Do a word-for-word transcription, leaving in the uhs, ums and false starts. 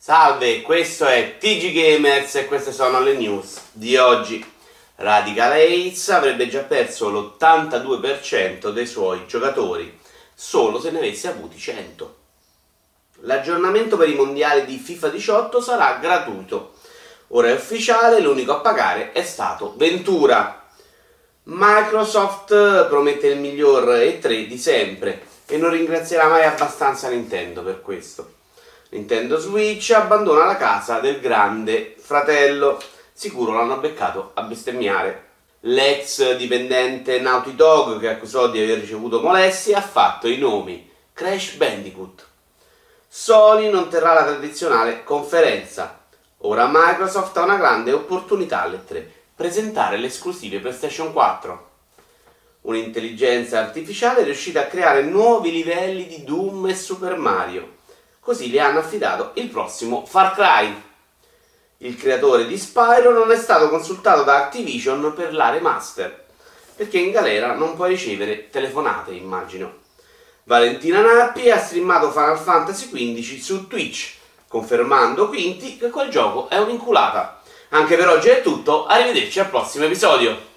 Salve, questo è T G Gamers e queste sono le news di oggi. Radical Heights avrebbe già perso l'ottantadue per cento dei suoi giocatori, solo se ne avesse avuti cento. L'aggiornamento per i mondiali di FIFA diciotto sarà gratuito. Ora è ufficiale, l'unico a pagare è stato Ventura. Microsoft promette il miglior E tre di sempre e non ringrazierà mai abbastanza Nintendo per questo. Nintendo Switch abbandona la casa del grande fratello. Sicuro l'hanno beccato a bestemmiare. L'ex dipendente Naughty Dog, che accusò di aver ricevuto molestie, ha fatto i nomi Crash Bandicoot. Sony non terrà la tradizionale conferenza. Ora Microsoft ha una grande opportunità alle tre: presentare le esclusive PlayStation quattro. Un'intelligenza artificiale è riuscita a creare nuovi livelli di Doom e Super Mario. Così le hanno affidato il prossimo Far Cry. Il creatore di Spyro non è stato consultato da Activision per la remaster, perché in galera non può ricevere telefonate, immagino. Valentina Nappi ha streamato Final Fantasy quindici su Twitch, confermando quindi che quel gioco è un'inculata. Anche per oggi è tutto, arrivederci al prossimo episodio.